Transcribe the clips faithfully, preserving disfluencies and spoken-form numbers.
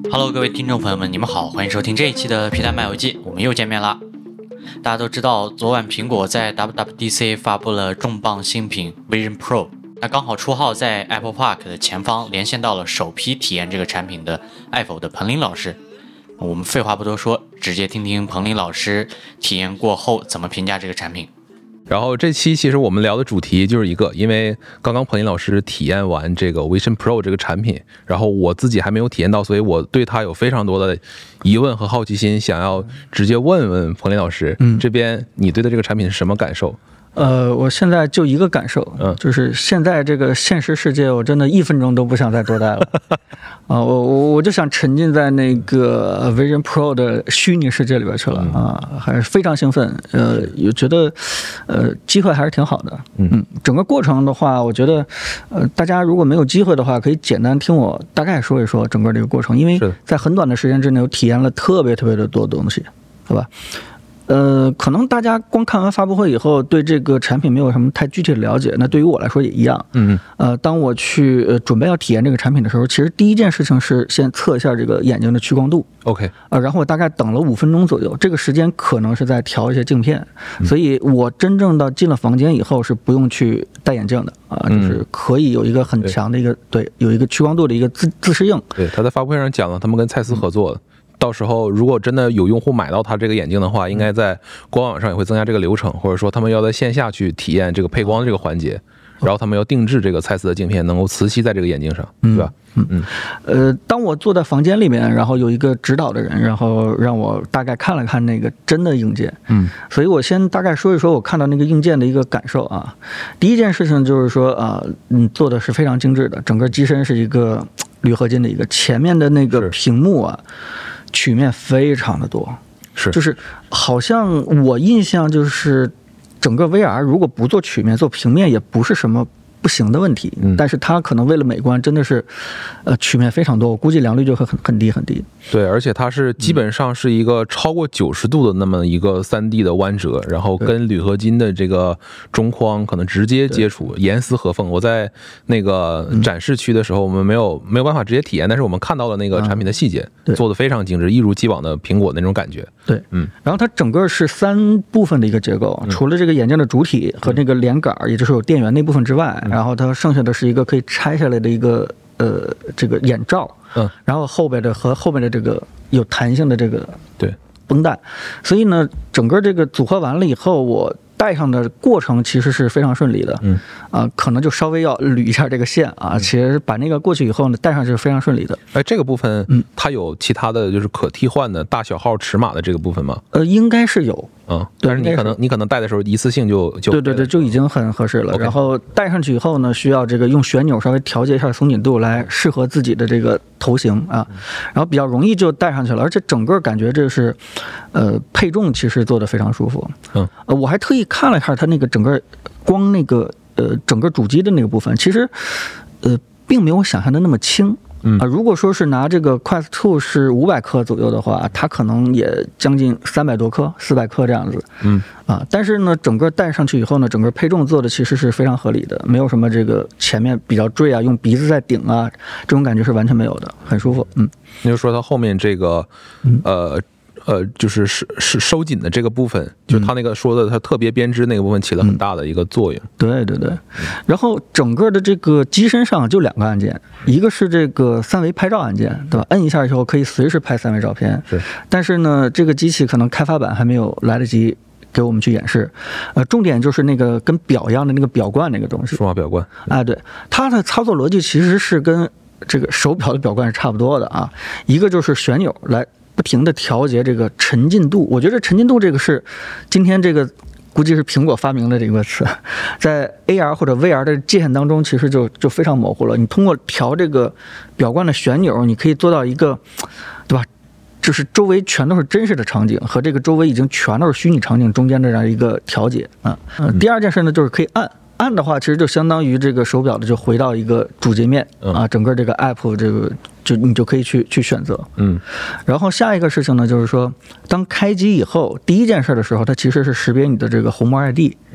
Hello， 各位听众朋友们，你们好，欢迎收听这一期的皮蛋漫游记，我们又见面啦。大家都知道，昨晚苹果在 W W D C 发布了重磅新品 Vision Pro， 那刚好初号在 Apple Park 的前方连线到了首批体验这个产品的爱否的彭林老师。我们废话不多说，直接听听彭林老师体验过后怎么评价这个产品。 然后这期其实我们聊的主题就是一个，因为刚刚彭林老师体验完这个 Vision Pro 这个产品，然后我自己还没有体验到，所以我对它有非常多的疑问和好奇心，想要直接问问彭林老师，嗯，这边你对的这个产品是什么感受？ 呃，我现在就一个感受，嗯，就是现在这个现实世界，我真的一分钟都不想再多待了，啊，我我我就想沉浸在那个 Vision Pro 的虚拟世界里边去了啊，还是非常兴奋，呃，也觉得呃机会还是挺好的，嗯，整个过程的话，我觉得呃大家如果没有机会的话，可以简单听我大概说一说整个这个过程，因为在很短的时间之内，我体验了特别特别的多的东西，对吧？呃，可能大家光看完发布会以后，对这个产品没有什么太具体的了解。那对于我来说也一样。嗯。呃，当我去呃准备要体验这个产品的时候，其实第一件事情是先测一下这个眼睛的屈光度。 OK。 呃，然后我大概等了五分钟左右，这个时间可能是在调一些镜片，嗯、所以我真正到进了房间以后是不用去戴眼镜的啊、呃，就是可以有一个很强的一个、嗯、对，有一个屈光度的一个自自适应。 对，他在发布会上讲了，他们跟蔡司合作的。嗯，到时候如果真的有用户买到它这个眼镜的话，应该在官网上也会增加这个流程，或者说他们要在线下去体验这个配光的这个环节，然后他们要定制这个蔡司的镜片能够磁吸在这个眼镜上，对吧？ 嗯嗯。呃，当我坐在房间里面，然后有一个指导的人，然后让我大概看了看那个真的硬件，嗯，所以我先大概说一说我看到那个硬件的一个感受啊。第一件事情就是说啊，嗯，做的是非常精致的，整个机身是一个铝合金的一个，前面的那个屏幕啊。曲面非常的多， 是就是好像我印象就是整个 V R 如果不做曲面做平面也不是什么不行的问题，嗯、但是它可能为了美观真的是呃曲面非常多，我估计良率就会很很低很低。 对，而且它是基本上是一个超过九十度的那么一个 三 D 的弯折，然后跟铝合金的这个中框可能直接接触，严丝合缝。我在那个展示区的时候，我们没有没有办法直接体验，但是我们看到了那个产品的细节，嗯、做的非常精致，一如既往的苹果那种感觉。 对，嗯。然后它整个是三部分的一个结构，除了这个眼镜的主体和那个连杆，也就是有电源那部分之外，然后它剩下的是一个可以拆下来的一个呃这个眼罩，嗯，然后后边的和后面的这个有弹性的这个对绷带，所以呢，整个这个组合完了以后，我戴上的过程其实是非常顺利的，嗯啊、呃，可能就稍微要捋一下这个线啊，其实把那个过去以后呢，戴上是非常顺利的。 哎，这个部分，嗯，它有其他的就是可替换的大小号尺码的这个部分吗？ 呃，应该是有。 嗯，但是你可能你可能戴的时候一次性就就对对对，就已经很合适了。 Okay. 然后戴上去以后呢，需要这个用旋钮稍微调节一下松紧度，来适合自己的这个头型啊，然后比较容易就戴上去了。而且整个感觉这是，呃，配重其实做的非常舒服。嗯，呃，我还特意看了一下它那个整个光那个呃整个主机的那个部分，其实呃并没有想象的那么轻。嗯啊，如果说是拿这个 Quest 二是五百克左右的话，它可能也将近三百多克、四百克这样子。嗯啊，但是呢，整个戴上去以后呢，整个配重做的其实是非常合理的，没有什么这个前面比较坠啊，用鼻子在顶啊，这种感觉是完全没有的，很舒服。嗯， 你就说它后面这个呃。呃，就是是是收紧的这个部分，就他那个说的，他特别编织那个部分起了很大的一个作用。 嗯、对对对，然后整个的这个机身上就两个按键，一个是这个三维拍照按键，对吧？摁一下以后可以随时拍三维照片。是，但是呢，这个机器可能开发版还没有来得及给我们去演示。呃，重点就是那个跟表一样的那个表冠那个东西， 数码表冠。 哎，对，它的操作逻辑其实是跟这个手表的表冠是差不多的啊，一个就是旋钮来不停的调节这个沉浸度，我觉得沉浸度这个是今天这个估计是苹果发明的这个词，在 A R 或者 V R 的界限当中，其实就就非常模糊了。你通过调这个表冠的旋钮，你可以做到一个，对吧？就是周围全都是真实的场景和这个周围已经全都是虚拟场景中间的这样一个调节啊。嗯，第二件事呢，就是可以按。按的话，其实就相当于这个手表的就回到一个主界面啊，整个这个 app 这个就你就可以去去选择。嗯，然后下一个事情呢，就是说当开机以后，第一件事的时候，它其实是识别你的这个虹膜 I D。嗯，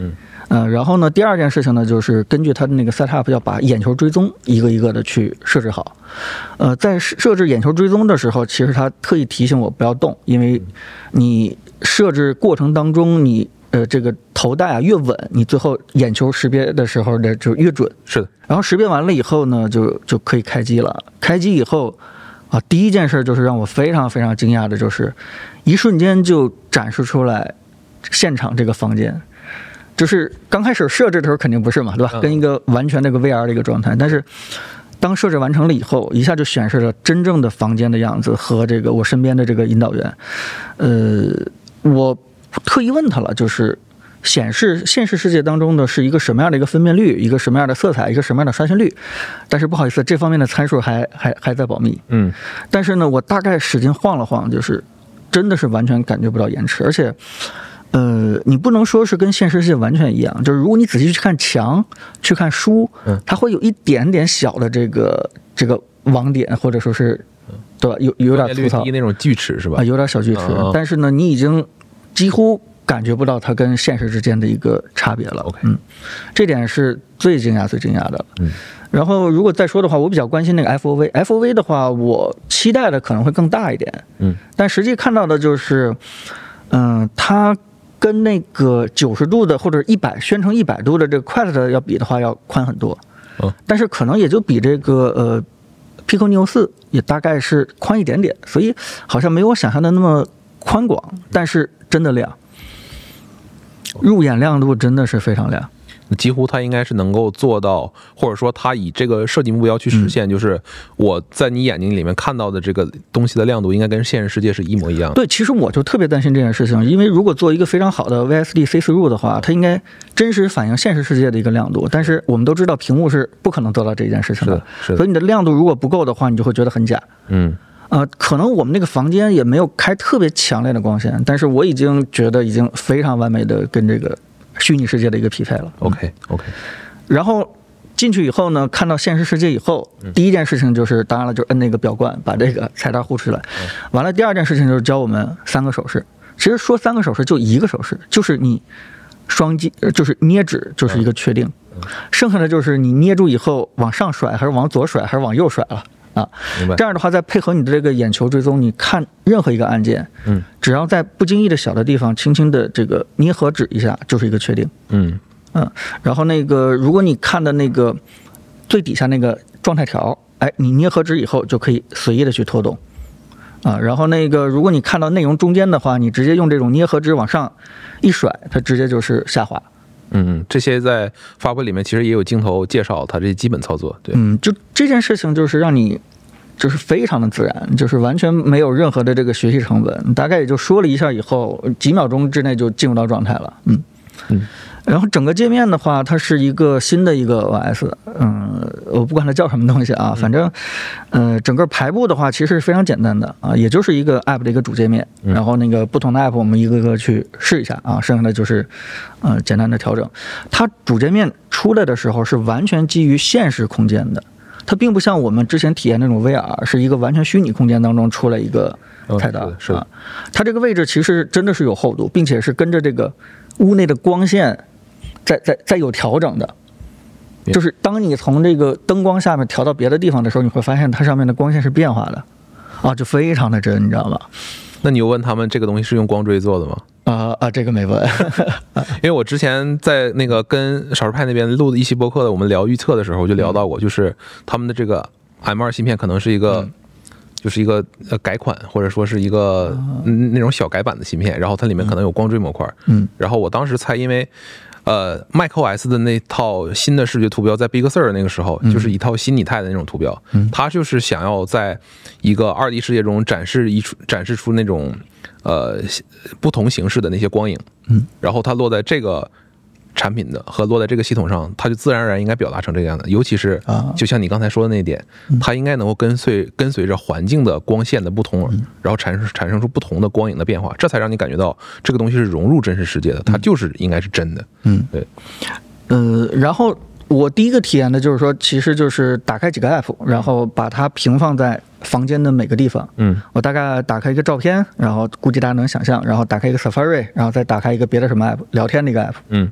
呃，然后呢，第二件事情呢，就是根据它的那个 setup 要把眼球追踪一个一个的去设置好。呃，在设置眼球追踪的时候，其实它特意提醒我不要动，因为你设置过程当中你。呃，这个头戴啊越稳，你最后眼球识别的时候的就越准。 是的。 然后识别完了以后呢，就就可以开机了。开机以后啊，第一件事就是让我非常非常惊讶的，就是一瞬间就展示出来现场这个房间。就是刚开始设置的时候肯定不是嘛，对吧？跟一个完全这个 V R 的一个状态，但是当设置完成了以后，一下就显示了真正的房间的样子和这个我身边的这个引导员。呃，我。特意问他了，就是显示现实世界当中的是一个什么样的一个分辨率，一个什么样的色彩，一个什么样的刷新率，但是不好意思，这方面的参数还还还在保密。 嗯， 但是呢，我大概使劲晃了晃，就是真的是完全感觉不到延迟，而且，呃，你不能说是跟现实世界完全一样，就是如果你仔细去看墙、去看书，它会有一点点小的这个这个网点，或者说是，对吧？有有点粗糙， 那种锯齿是吧？ 啊，有点小锯齿， 嗯、 但是呢，你已经。几乎感觉不到它跟现实之间的一个差别了。 OK， 嗯，这点是最惊讶、最惊讶的。 嗯， 然后如果再说的话，我比较关心那个 F O V。F O V 的话，我期待的可能会更大一点。 嗯， 但实际看到的就是，嗯、呃，它跟那个九十度的或者一百宣称一百度的这个 Quest 要比的话，要宽很多。 哦， 但是可能也就比这个呃 Pico Neo 四也大概是宽一点点，所以好像没有我想象的那么宽广，但是真的亮，入眼亮度真的是非常亮， 几乎它应该是能够做到，或者说它以这个设计目标去实现，嗯、就是我在你眼睛里面看到的这个东西的亮度应该跟现实世界是一模一样的。 对，其实我就特别担心这件事情，因为如果做一个非常好的 V S D C through 的话，它应该真实反映现实世界的一个亮度，但是我们都知道屏幕是不可能做到这件事情的， 是的， 所以你的亮度如果不够的话，你就会觉得很假。 嗯。 呃，可能我们那个房间也没有开特别强烈的光线，但是我已经觉得已经非常完美的跟这个虚拟世界的一个匹配了。 OK OK。 然后进去以后呢，看到现实世界以后，第一件事情就是，当然了，就是摁那个表冠，把这个菜单呼出来。完了，第二件事情就是教我们三个手势。其实说三个手势就一个手势，就是你双击，就是捏指，就是一个确定。剩下的就是你捏住以后往上甩，还是往左甩，还是往右甩了。啊，这样的话，再配合你的这个眼球追踪，你看任何一个按键， 嗯， 只要在不经意的小的地方轻轻的这个捏和指一下，就是一个确定， 嗯嗯，然后那个如果你看的那个最底下那个状态条，哎，你捏和指以后就可以随意的去拖动，啊，然后那个如果你看到内容中间的话，你直接用这种捏和指往上一甩，它直接就是下滑。 嗯，这些在发布里面其实也有镜头介绍它这些基本操作。对， 嗯，就这件事情就是让你就是非常的自然，就是完全没有任何的这个学习成本，大概也就说了一下以后，几秒钟之内就进入到状态了。嗯嗯。 然后整个界面的话，它是一个新的一个 O S， 嗯，我不管它叫什么东西啊，反正，呃，整个排布的话其实是非常简单的啊，也就是一个 App 的一个主界面，然后那个不同的 App 我们一个个去试一下啊，剩下的就是，呃，简单的调整。它主界面出来的时候是完全基于现实空间的，它并不像我们之前体验那种 V R， 是一个完全虚拟空间当中出来一个菜单， 哦、是的， 啊，它这个位置其实真的是有厚度，并且是跟着这个屋内的光线。在在在有调整的，就是当你从这个灯光下面调到别的地方的时候，你会发现它上面的光线是变化的，啊，就非常的真，你知道吗？ 那你有问他们这个东西是用光追做的吗？ 啊啊，这个没问， 因为我之前在那个跟少数派那边录的一期播客的，我们聊预测的时候，我就聊到过，就是他们的这个 M 二 芯片可能是一个。嗯就是一个呃改款，或者说是一个、嗯、那种小改版的芯片，然后它里面可能有光追模块。 嗯， 然后我当时猜，因为呃 macOS 的那套新的视觉图标在 Big Sur 那个时候，就是一套新拟态的那种图标， 嗯， 它就是想要在一个二 D 世界中展示一出展示出那种呃不同形式的那些光影。 嗯， 然后它落在这个。产品的和落在这个系统上，它就自然而然应该表达成这个样的。尤其是就像你刚才说的那一点，它应该能够跟随跟随着环境的光线的不同，然后产生产生出不同的光影的变化，这才让你感觉到这个东西是融入真实世界的，它就是应该是真的。 嗯， 对。 呃，然后我第一个体验的就是说，其实就是打开几个 app， 然后把它平放在房间的每个地方。 嗯， 我大概打开一个照片，然后估计大家能想象，然后打开一个 Safari， 然后再打开一个别的什么 app， 聊天的一个 app。 嗯。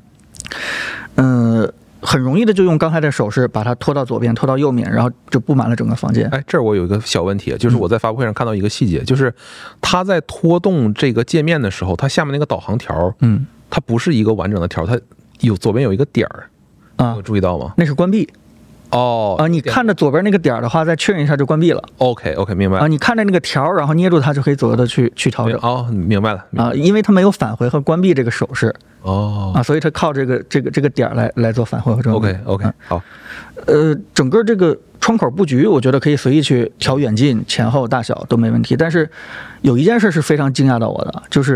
嗯、呃，很容易的就用刚才的手势把它拖到左边，拖到右面，然后就布满了整个房间。 哎，这儿我有一个小问题，就是我在发布会上看到一个细节，嗯、就是它在拖动这个界面的时候，它下面那个导航条，嗯，它不是一个完整的条，它有左边有一个点儿啊，有注意到吗？ 那是关闭。 哦啊，你看着左边那个点的话，再确认一下就关闭了。 OK OK， 明白啊，你看着那个条，然后捏住它就可以左右的去去调整。 哦，明白了。 啊，因为它没有返回和关闭这个手势。 哦。 啊，所以它靠这个这个这个点来来做返回和关闭。 OK OK，、啊、好。 呃，整个这个窗口布局，我觉得可以随意去调远近、前后大小都没问题。但是有一件事是非常惊讶到我的，就是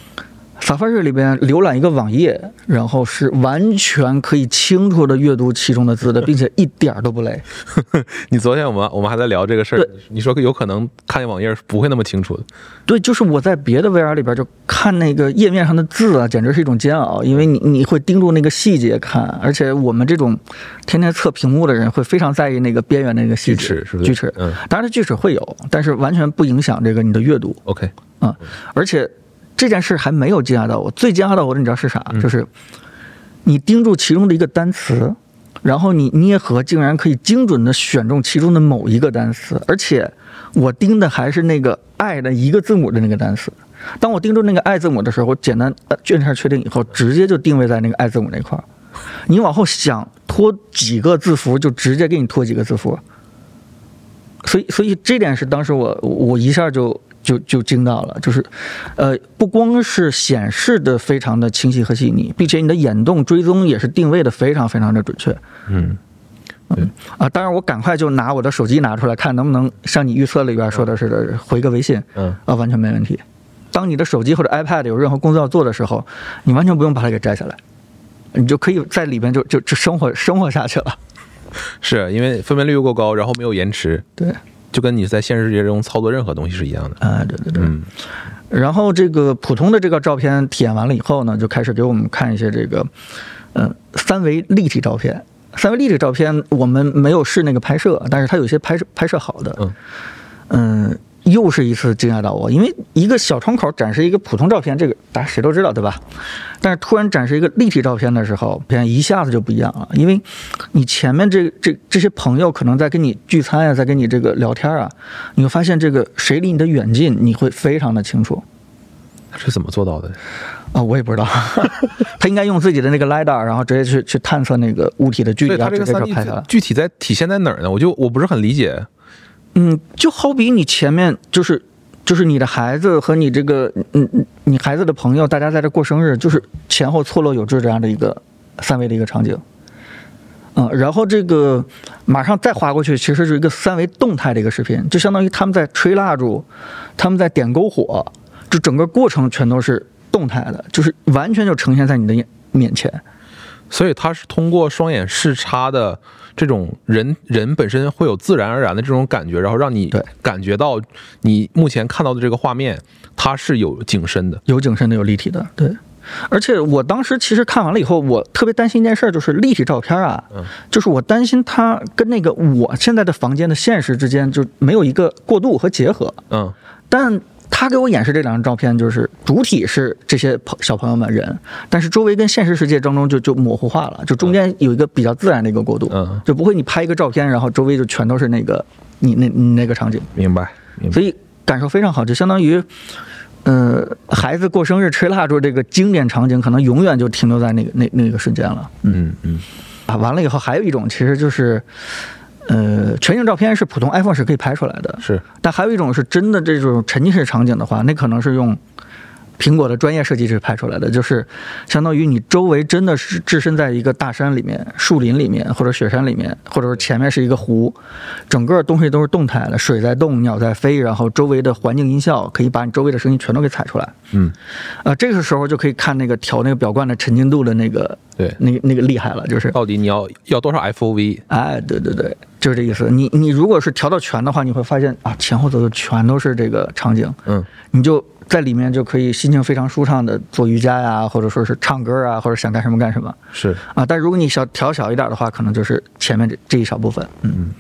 。Safari 里边浏览一个网页，然后是完全可以清楚的阅读其中的字的，并且一点都不累。 你昨天我们我们还在聊这个事儿，你说有可能看网页不会那么清楚的。 对，就是我在别的 V R 里边就看那个页面上的字啊，简直是一种煎熬，因为你你会盯住那个细节看，而且我们这种天天测屏幕的人会非常在意那个边缘那个细节， 锯齿是不是？ 锯齿， 嗯， 当然锯齿会有，但是完全不影响这个你的阅读。 OK， 啊、嗯，而且。这件事还没有惊讶到我，最惊讶到我的你知道是啥？嗯、就是你盯住其中的一个单词，然后你捏合竟然可以精准的选中其中的某一个单词，而且我盯的还是那个 I 的一个字母的那个单词。当我盯住那个 I 字母的时候，我简单按下确定以后，直接就定位在那个 I 字母那块儿。你往后想拖几个字符，就直接给你拖几个字符。所以，所以这点是当时我我一下就。就就惊到了，就是，呃，不光是显示的非常的清晰和细腻，并且你的眼动追踪也是定位的非常非常的准确。 嗯， 嗯啊，当然我赶快就拿我的手机拿出来看，能不能像你预测里边说的似的回个微信。 嗯啊，完全没问题。当你的手机或者 iPad 有任何工作要做的时候，你完全不用把它给摘下来，你就可以在里边就就就生活生活下去了。 是因为分辨率又够高，然后没有延迟。 对。 就跟你在现实世界中操作任何东西是一样的啊，对对对。 嗯， 然后这个普通的这个照片体验完了以后呢，就开始给我们看一些这个，呃，三维立体照片。三维立体照片我们没有试那个拍摄，但是它有些拍摄拍摄好的。嗯嗯、呃，又是一次惊讶到我，因为一个小窗口展示一个普通照片，这个大家谁都知道对吧？但是突然展示一个立体照片的时候，片一下子就不一样了，因为你前面这这这些朋友可能在跟你聚餐呀、啊，在跟你这个聊天啊，你会发现这个谁离你的远近，你会非常的清楚。 他是怎么做到的？ 啊、哦，我也不知道。他应该用自己的那个 lidar， 然后直接去去探测那个物体的距离， 他这个三 D 具体在体现在哪儿呢？我就我不是很理解。 嗯，就好比你前面就是就是你的孩子和你这个嗯你孩子的朋友，大家在这过生日，就是前后错落有致这样的一个三维的一个场景。嗯，然后这个马上再划过去，其实是一个三维动态的一个视频，就相当于他们在吹蜡烛，他们在点篝火，就整个过程全都是动态的，就是完全就呈现在你的面前。 所以它是通过双眼视差的这种人人本身会有自然而然的这种感觉，然后让你感觉到你目前看到的这个画面它是有景深的， 有景深的，有立体的。对，而且我当时其实看完了以后，我特别担心一件事，就是立体照片啊，嗯、就是我担心它跟那个我现在的房间的现实之间就没有一个过渡和结合。 嗯， 但他给我演示这两张照片，就是主体是这些小朋友们人，但是周围跟现实世界当中就就模糊化了，就中间有一个比较自然的一个过渡， 嗯， 就不会你拍一个照片，然后周围就全都是那个你那你那个场景。 明白，明白。 所以感受非常好，就相当于，呃，孩子过生日吹蜡烛这个经典场景，可能永远就停留在那个那那个瞬间了。 嗯嗯。 啊，完了以后还有一种，其实就是。呃，全景照片是普通 iPhone 是可以拍出来的， 是。但还有一种是真的这种沉浸式场景的话，那可能是用苹果的专业设计师拍出来的，就是相当于你周围真的是置身在一个大山里面、树林里面，或者雪山里面，或者说前面是一个湖，整个东西都是动态的，水在动，鸟在飞，然后周围的环境音效可以把你周围的声音全都给采出来。 嗯， 啊、呃，这个时候就可以看那个调那个表冠的沉浸度的那个， 对， 那个那个厉害了，就是到底你要要多少 F O V？ 哎，对对对。就是这意思，你你如果是调到全的话，你会发现啊，前后左右全都是这个场景， 嗯， 你就在里面就可以心情非常舒畅的做瑜伽呀，或者说是唱歌啊，或者想干什么干什么， 是啊。但如果你小调小一点的话，可能就是前面这这一小部分，嗯。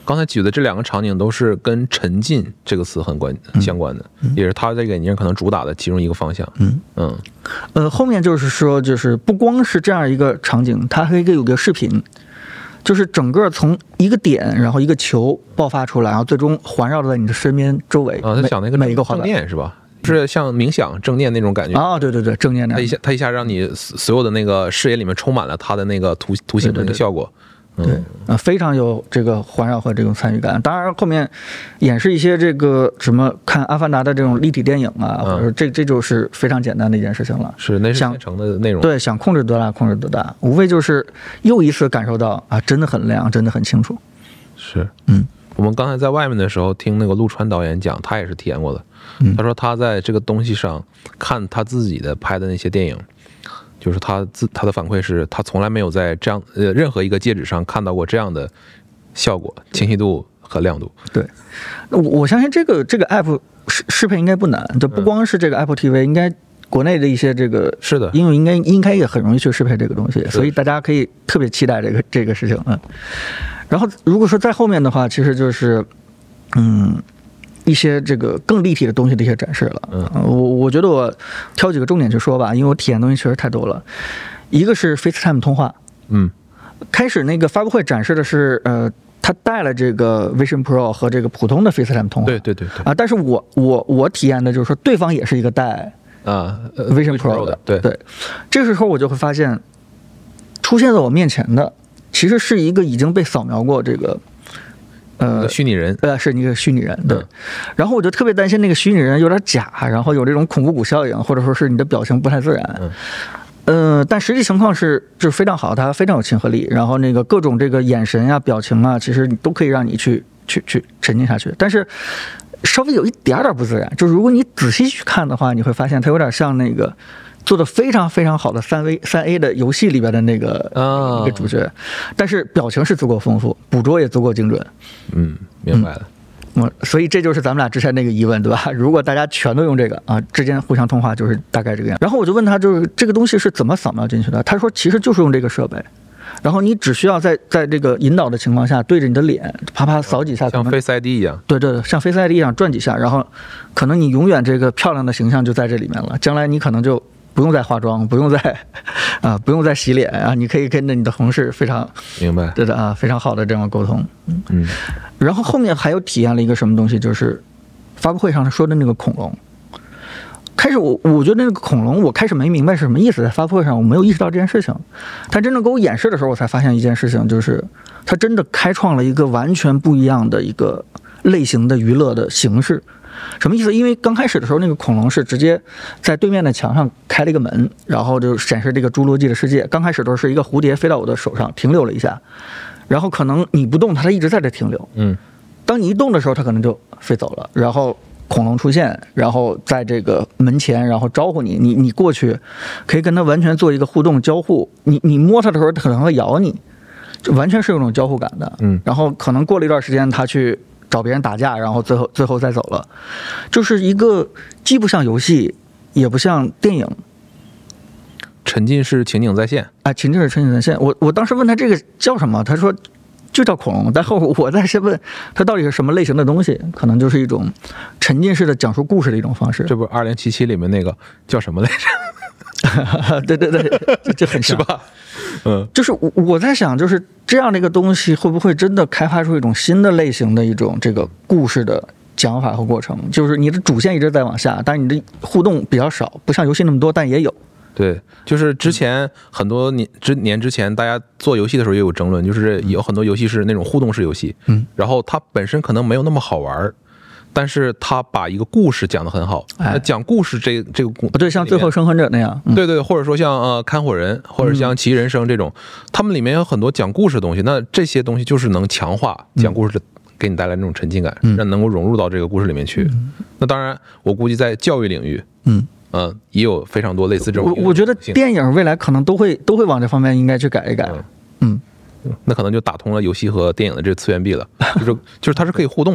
刚才举的这两个场景都是跟沉浸这个词很关、嗯、相关的，也是它这个眼镜可能主打的其中一个方向。 嗯嗯，呃，后面就是说，就是不光是这样一个场景，它还可以有个视频，就是整个从一个点，然后一个球爆发出来，然后最终环绕在你的身边周围。 啊，他讲那个每一个正念是吧？是像冥想正念那种感觉啊、哦，对对对，正念那样。 他一下他一下让你所有的那个视野里面充满了他的那个图图形的那个效果。 对，啊、嗯，非常有这个环绕和这种参与感。当然，后面演示一些这个什么看《阿凡达》的这种立体电影啊，或者说这这就是非常简单的一件事情了。 是，那是现成的内容。 对，想控制多大控制多大，无非就是又一次感受到啊，真的很亮，真的很清楚。 是， 嗯， 我们刚才在外面的时候听那个陆川导演讲，他也是体验过的。 嗯、 他说他在这个东西上看他自己的拍的那些电影。就是他自他的反馈是他从来没有在这样呃任何一个介质上看到过这样的效果、清晰度和亮度。 对，我我相信这个这个 app 适适配应该不难，就不光是这个 Apple T V，、嗯、应该国内的一些这个是的应用应该应该也很容易去适配这个东西，所以大家可以特别期待这个这个事情嗯。然后如果说在后面的话，其实就是嗯。一些这个更立体的东西的一些展示了， 嗯， 我我觉得我挑几个重点去说吧，因为我体验的东西确实太多了。一个是 FaceTime 通话， 嗯， 开始那个发布会展示的是，呃，他带了这个 Vision Pro 和这个普通的 FaceTime 通话， 对对对对啊，但是我我我体验的就是说，对方也是一个带啊 Vision Pro 的， 对对，这时候我就会发现，出现在我面前的其实是一个已经被扫描过这个。呃， 虚拟人， 呃，是一个虚拟人，对。然后我就特别担心那个虚拟人有点假，然后有这种恐怖谷效应，或者说是你的表情不太自然。嗯，呃，但实际情况是就是非常好，它非常有亲和力，然后那个各种这个眼神啊、表情啊，其实都可以让你去去去沉浸下去。但是稍微有一点点不自然，就是如果你仔细去看的话，你会发现它有点像那个。做的非常非常好的三 V 三 A 的游戏里边的那个、 哦、 一个主角，但是表情是足够丰富，捕捉也足够精准。 嗯，明白了。 嗯，所以这就是咱们俩之前那个疑问，对吧？如果大家全都用这个啊，之间互相通话就是大概这个样。然后我就问他，就是这个东西是怎么扫描进去的？他说其实就是用这个设备。然后你只需要在在这个引导的情况下，对着你的脸啪啪扫几下， 像 Face I D 一样。 对对对，像 Face I D 一样转几下，然后可能你永远这个漂亮的形象就在这里面了。将来你可能就不用再化妆，不用再啊，不用再洗脸啊，你可以跟着你的同事非常明白， 对的啊，非常好的这样沟通。 嗯， 然后后面还有体验了一个什么东西，就是发布会上说的那个恐龙。开始我我觉得那个恐龙，我开始没明白是什么意思，在发布会上我没有意识到这件事情。他真正给我演示的时候，我才发现一件事情，就是他真的开创了一个完全不一样的一个类型的娱乐的形式。什么意思？因为刚开始的时候，那个恐龙是直接在对面的墙上开了一个门，然后就显示这个侏罗纪的世界。刚开始都是一个蝴蝶飞到我的手上停留了一下，然后可能你不动它，它一直在这停留。 嗯， 当你一动的时候，它可能就飞走了。然后恐龙出现，然后在这个门前，然后招呼你，你你过去，可以跟它完全做一个互动交互。你你摸它的时候，它可能会咬你，就完全是有一种交互感的。 嗯， 然后可能过了一段时间，它去找别人打架，然后最后最后再走了，就是一个既不像游戏，也不像电影， 沉浸式情景再现。 啊，沉浸式情景再现。我我当时问他这个叫什么，他说就叫恐龙。但后我再是问他到底是什么类型的东西，可能就是一种沉浸式的讲述故事的一种方式。 这不二零七七里面那个叫什么来着？ 对对对，这很是吧？嗯， 就是我我在想，就是这样的一个东西，会不会真的开发出一种新的类型的一种这个故事的讲法和过程？就是你的主线一直在往下，但是你的互动比较少，不像游戏那么多，但也有。 对，就是之前很多年之年之前，大家做游戏的时候也有争论，就是有很多游戏是那种互动式游戏， 嗯， 然后它本身可能没有那么好玩。但是他把一个故事讲得很好， 哎、 讲故事这这个故对，像《最后生还者》那样， 嗯、对对，或者说像呃看火人，或者像奇异人生这种，嗯、他们里面有很多讲故事的东西。那这些东西就是能强化讲故事的，嗯、给你带来那种沉浸感， 嗯、 让能够融入到这个故事里面去。嗯、那当然，我估计在教育领域， 嗯呃，也有非常多类似这种。 我我觉得电影未来可能都会都会往这方面应该去改一改。嗯， 嗯那可能就打通了游戏和电影的这个次元壁了，就是就是它是可以互动的。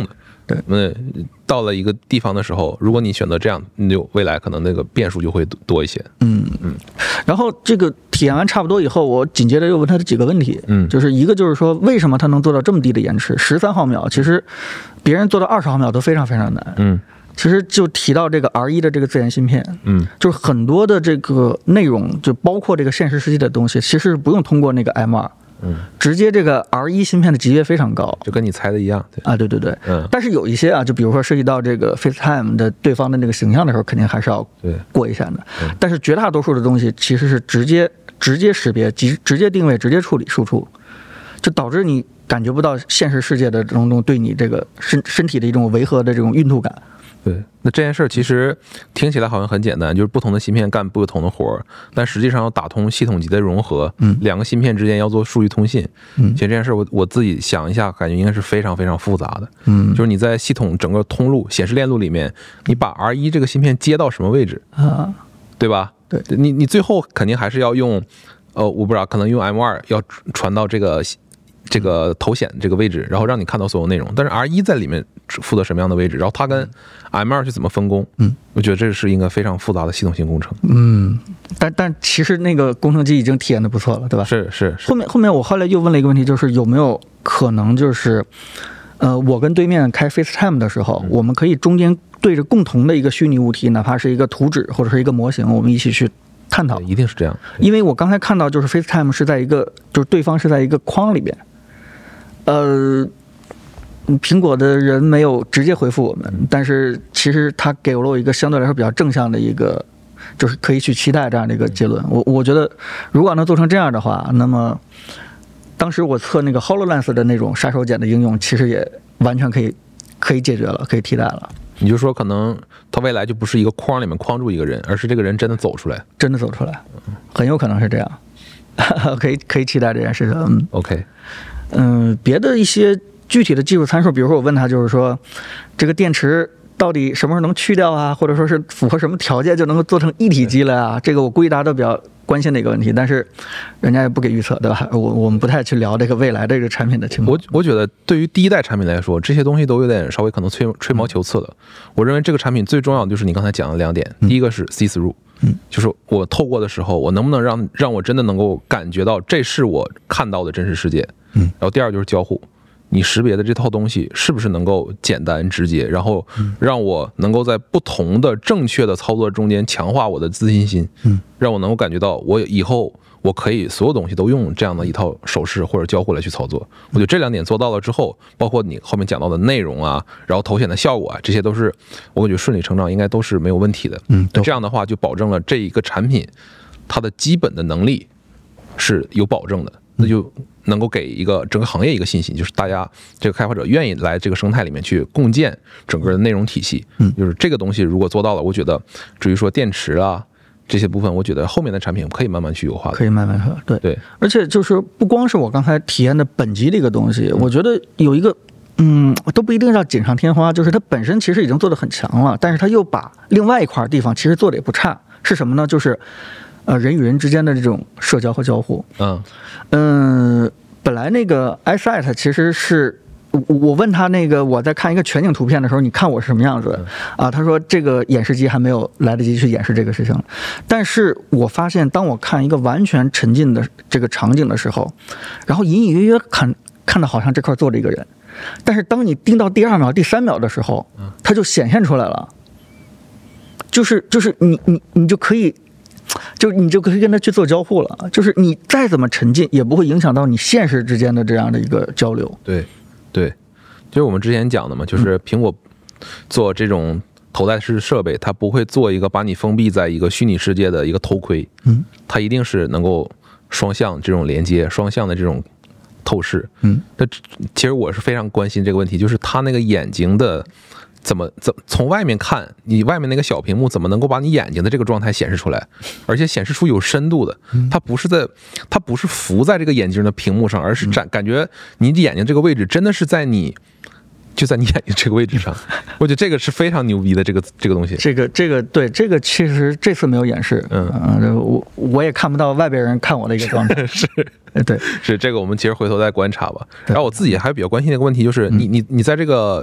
对， 那到了一个地方的时候，如果你选择这样，你就未来可能那个变数就会多一些。 嗯嗯。然后这个体验完差不多以后，我紧接着又问他的几个问题，嗯，就是一个就是说为什么他能做到这么低的延迟，十三毫秒，其实别人做到二十毫秒都非常非常难，嗯。其实就提到这个 R 一 的这个自研芯片，嗯，就是很多的这个内容，就包括这个现实世界的东西，其实不用通过那个 M 二。嗯，直接这个 R 一 芯片的级别非常高， 就跟你猜的一样，对啊，对对对，嗯。但是有一些啊，就比如说涉及到这个 FaceTime 的对方的那个形象的时候，肯定还是要过一下的。但是绝大多数的东西其实是直接直接识别、直直接定位、直接处理输出，就导致你感觉不到现实世界的这种对你这个身身体的一种违和的这种孕吐感。 对，那这件事儿其实听起来好像很简单，就是不同的芯片干不同的活儿，但实际上要打通系统级的融合，嗯，两个芯片之间要做数据通信，嗯，其实这件事儿我我自己想一下，感觉应该是非常非常复杂的，嗯，就是你在系统整个通路显示链路里面，你把 R 一 这个芯片接到什么位置啊，对吧？ 对， 你你最后肯定还是要用，呃，我不知道，可能用 M 二 要传到这个。这个头显这个位置，然后让你看到所有内容。但是 R 一 在里面负责什么样的位置，然后它跟 M 二 是怎么分工？嗯，我觉得这是一个非常复杂的系统性工程。 嗯，但但其实那个工程机已经体验的不错了，对吧？ 是是是。 后面后面我后来又问了一个问题，就是有没有可能就是，呃，我跟对面开 FaceTime 的时候，嗯、我们可以中间对着共同的一个虚拟物体，哪怕是一个图纸或者是一个模型，我们一起去。探讨一定是这样， 因为我刚才看到就是 FaceTime 是在一个，就是对方是在一个框里边，呃，苹果的人没有直接回复我们，但是其实他给了我一个相对来说比较正向的一个，就是可以去期待这样的一个结论。我我觉得如果能做成这样的话，那么当时我测那个 HoloLens 的那种杀手锏的应用，其实也完全可以可以解决了，可以替代了。 你就说可能他未来就不是一个框里面框住一个人，而是这个人真的走出来， 真的走出来，很有可能是这样，可以可以期待这件事情。嗯 ，OK， 嗯，别的一些具体的技术参数，比如说我问他，就是说这个电池到底什么时候能去掉啊，或者说是符合什么条件就能够做成一体机了啊？这个我估计大家都比较关心的一个问题，但是人家也不给预测，对吧？我我们不太去聊这个未来这个产品的情况。 我我觉得对于第一代产品来说，这些东西都有点稍微可能吹吹毛求疵了。我认为这个产品最重要的就是你刚才讲的两点，第一个是 see through， 嗯，就是我透过的时候，我能不能让让我真的能够感觉到这是我看到的真实世界，嗯，然后第二就是交互。你识别的这套东西是不是能够简单直接，然后让我能够在不同的正确的操作中间强化我的自信心，嗯，让我能够感觉到我以后我可以所有东西都用这样的一套手势或者交互来去操作。我觉得这两点做到了之后，包括你后面讲到的内容啊，然后头显的效果啊，这些都是我觉得顺理成章应该都是没有问题的。嗯，这样的话就保证了这一个产品它的基本的能力是有保证的，那就能够给一个整个行业一个信心，就是大家这个开发者愿意来这个生态里面去共建整个的内容体系。嗯，就是这个东西如果做到了，我觉得至于说电池啊这些部分，我觉得后面的产品可以慢慢去优化的， 可以慢慢说。对对， 而且就是不光是我刚才体验的本级的一个东西，我觉得有一个嗯都不一定要锦上添花，就是它本身其实已经做得很强了，但是它又把另外一块地方其实做得也不差，是什么呢？就是呃，人与人之间的这种社交和交互。嗯嗯，本来那个 iSight 其实是我我问他那个我在看一个全景图片的时候，你看我是什么样子啊？他说这个演示机还没有来得及去演示这个事情，但是我发现当我看一个完全沉浸的这个场景的时候，然后隐隐约约看看到好像这块坐着一个人，但是当你盯到第二秒、第三秒的时候，它就显现出来了，就是就是你你你就可以。就你就可以跟他去做交互了，就是你再怎么沉浸，也不会影响到你现实之间的这样的一个交流。 对，对，就是我们之前讲的嘛，就是苹果做这种头戴式设备，它不会做一个把你封闭在一个虚拟世界的一个头盔，嗯，它一定是能够双向这种连接，双向的这种透视，嗯，那其实我是非常关心这个问题，就是它那个眼睛的。怎么怎从外面看，你外面那个小屏幕怎么能够把你眼睛的这个状态显示出来，而且显示出有深度的？它不是在，它不是浮在这个眼睛的屏幕上，而是展感觉你的眼睛这个位置真的是在你，就在你眼睛这个位置上。我觉得这个是非常牛逼的，这个这个东西。 这个这个对这个其实这次没有演示，嗯，呃、我我也看不到外边人看我的一个状态。 是， 对， 是这个我们其实回头再观察吧。然后我自己还比较关心的一个问题就是，你你你在这个。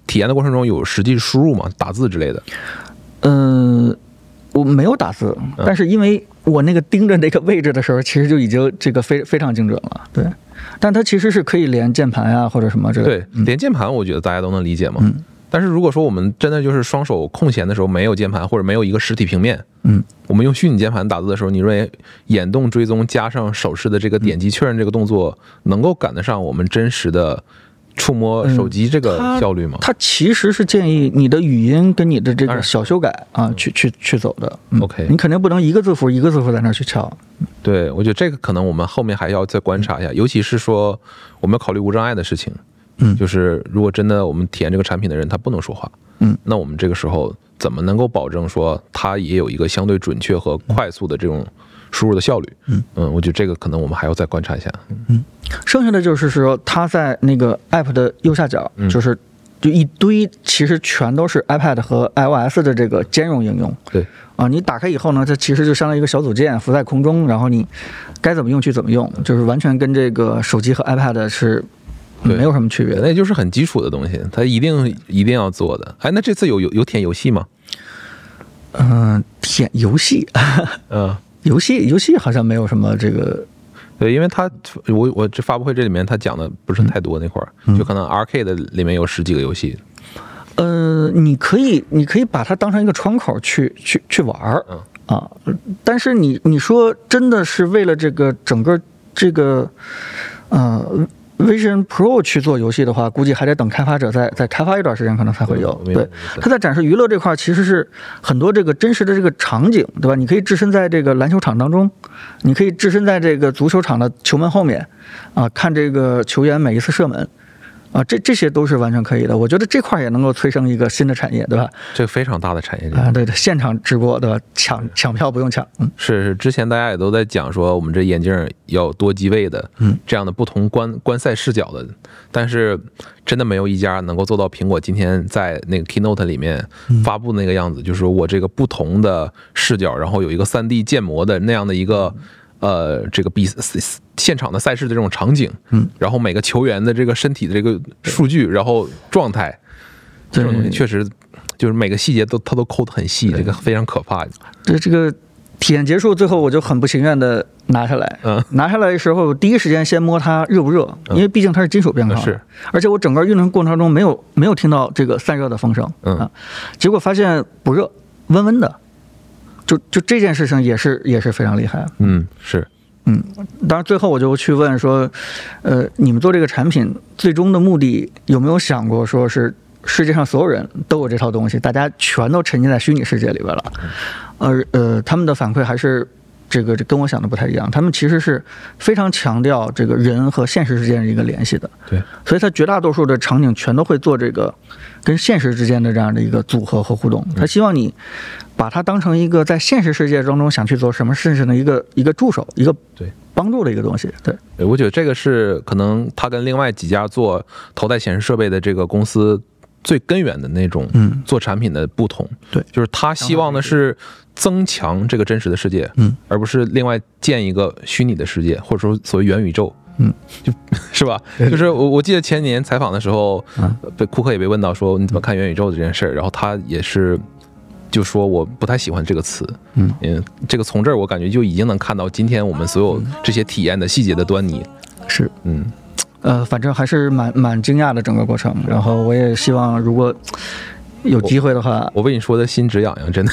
体验的过程中有实际输入吗？打字之类的？ 嗯、呃，我没有打字，但是因为我那个盯着那个位置的时候，其实就已经这个非非常精准了。对，但它其实是可以连键盘呀、啊、或者什么这个。 对，连键盘我觉得大家都能理解嘛。 嗯。 但是如果说我们真的就是双手空闲的时候没有键盘或者没有一个实体平面， 嗯， 我们用虚拟键盘打字的时候，你认为眼动追踪加上手势的这个点击确认这个动作，能够赶得上我们真实的触摸手机这个效率吗？ 它其实是建议你的语音跟你的这个小修改啊，去去去走的。嗯、 OK， 你肯定不能一个字符一个字符在那儿去敲。 对，我觉得这个可能我们后面还要再观察一下，尤其是说我们要考虑无障碍的事情。 嗯， 就是如果真的我们体验这个产品的人他不能说话， 嗯， 那我们这个时候怎么能够保证说他也有一个相对准确和快速的这种输入的效率？ 嗯嗯，我觉得这个可能我们还要再观察一下。 嗯，剩下的就是说它在那个 App 的右下角， 嗯、 就是就一堆其实全都是 iPad 和 iOS 的这个兼容应用。 对啊，你打开以后呢，它其实就相当于一个小组件浮在空中，然后你该怎么用去怎么用，就是完全跟这个手机和 iPad 是。没有什么区别， 那就是很基础的东西，它一定一定要做的。哎，那这次有有有体验游戏吗？ 嗯、呃，体验游戏， 嗯， 游戏游戏好像没有什么这个。 对，因为它我我这发布会这里面它讲的不是太多那块儿， 嗯、 就可能 Arcade 的里面有十几个游戏。 呃，你可以你可以把它当成一个窗口去去去玩儿， 嗯啊，但是你你说真的是为了这个整个这个呃。Vision Pro 去做游戏的话，估计还得等开发者再再开发一段时间，可能才会有。对，它在展示娱乐这块，其实是很多这个真实的这个场景，对吧？你可以置身在这个篮球场当中，你可以置身在这个足球场的球门后面，啊，看这个球员每一次射门。啊，这这些都是完全可以的。我觉得这块也能够催生一个新的产业，对吧？ 这个非常大的产业啊，对对，现场直播，对吧？抢抢票不用抢，嗯， 是是。之前大家也都在讲说，我们这眼镜要多机位的， 嗯， 这样的不同观观赛视角的，但是真的没有一家能够做到苹果今天在那个 Keynote 里面发布那个样子，嗯、就是我这个不同的视角，然后有一个 三 D 建模的那样的一个。呃，这个比现场的赛事的这种场景， 嗯， 然后每个球员的这个身体的这个数据，然后状态，这种东西确实就是每个细节都它都抠得很细，这个非常可怕。 这这个体验结束，最后我就很不情愿的拿下来， 嗯， 拿下来的时候，第一时间先摸它热不热，因为毕竟它是金属边框， 是， 而且我整个运动过程中没有没有听到这个散热的风声， 嗯啊，结果发现不热，温温的。就就这件事情也是也是非常厉害， 嗯，是， 嗯，当然最后我就去问说，呃，你们做这个产品最终的目的有没有想过说是世界上所有人都有这套东西，大家全都沉浸在虚拟世界里边了，而呃，他们的反馈还是这个跟我想的不太一样，他们其实是非常强调这个人和现实之间的一个联系的， 对， 所以他绝大多数的场景全都会做这个跟现实之间的这样的一个组合和互动，他希望你。把它当成一个在现实世界当中想去做什么事情的一个一个助手，一个对帮助的一个东西。对， 我觉得这个是可能它跟另外几家做头戴显示设备的这个公司最根源的那种做产品的不同。 嗯、对， 就是他希望的是增强这个真实的世界， 嗯， 而不是另外建一个虚拟的世界，或者说所谓元宇宙。 嗯， 就是吧？就是我我记得前年采访的时候， 嗯、 被库克也被问到说你怎么看元宇宙这件事儿，然后他也是。就说我不太喜欢这个词， 嗯， 嗯，这个从这儿我感觉就已经能看到今天我们所有这些体验的细节的端倪， 是， 嗯， 呃，反正还是蛮蛮惊讶的整个过程，然后我也希望如果有机会的话， 我, 我为你说的心直痒痒，真的，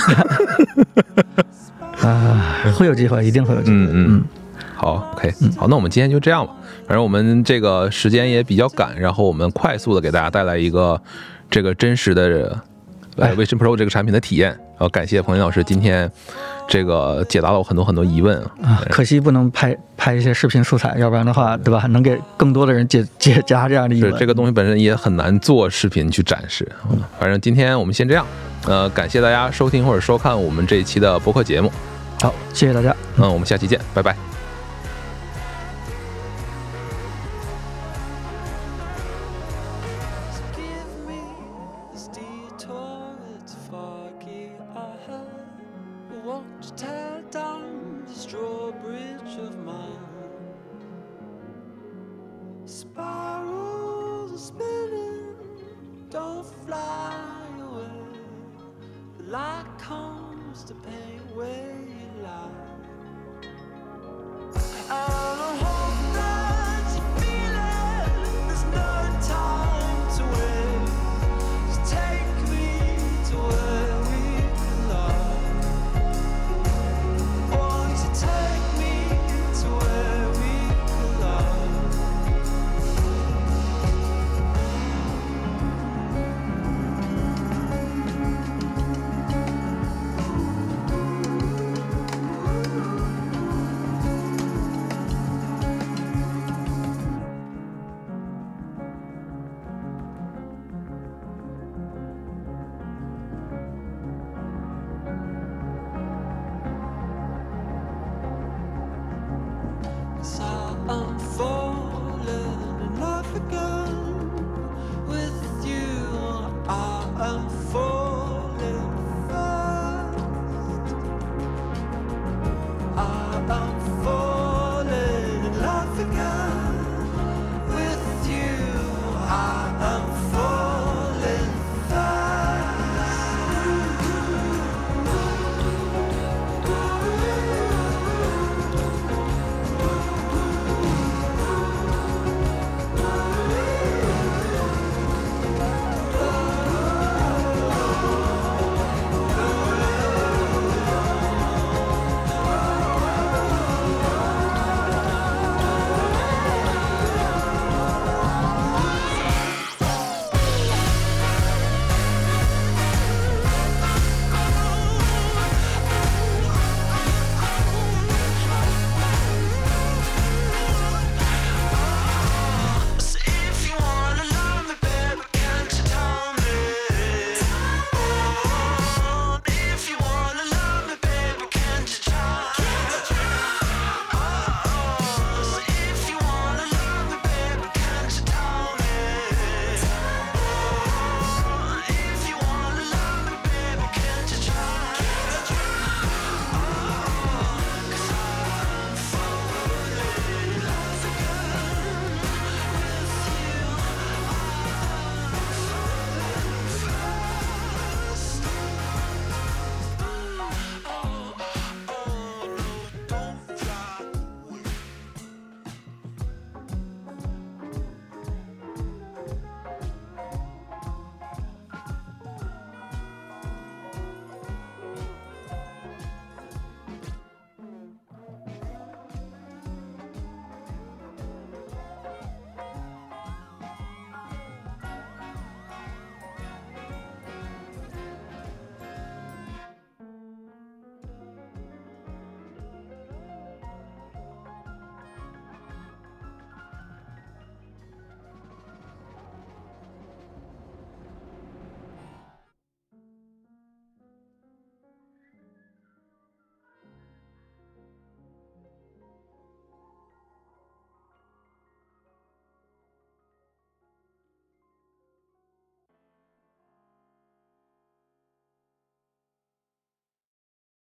啊，会有机会，一定会有机会， 嗯嗯，好 ，OK， 嗯好，那我们今天就这样吧，反正我们这个时间也比较赶，然后我们快速的给大家带来一个这个真实的。呃 Vision Pro 这个产品的体验，然后感谢彭林老师今天这个解答了我很多很多疑问啊，可惜不能拍拍一些视频素材，要不然的话，对吧？能给更多的人解解答这样的疑问。 这个东西本身也很难做视频去展示，嗯、反正今天我们先这样，呃，感谢大家收听或者收看我们这一期的播客节目， 好，谢谢大家， 嗯，我们下期见，拜拜。Spirals spinning, don't fly. to paint where you lie.